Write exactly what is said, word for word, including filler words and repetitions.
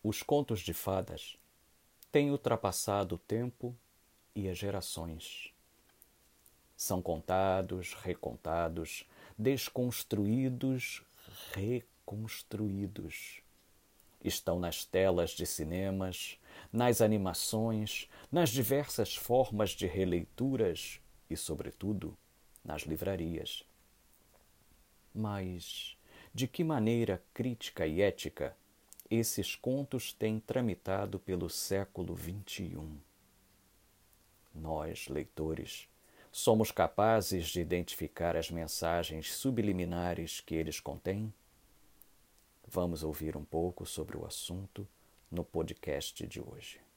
Os contos de fadas têm ultrapassado o tempo e as gerações. São contados, recontados, desconstruídos, reconstruídos. Estão nas telas de cinemas, nas animações, nas diversas formas de releituras e, sobretudo, nas livrarias. Mas de que maneira crítica e ética esses contos têm tramitado pelo século vinte e um? Nós, leitores, somos capazes de identificar as mensagens subliminares que eles contêm? Vamos ouvir um pouco sobre o assunto no podcast de hoje.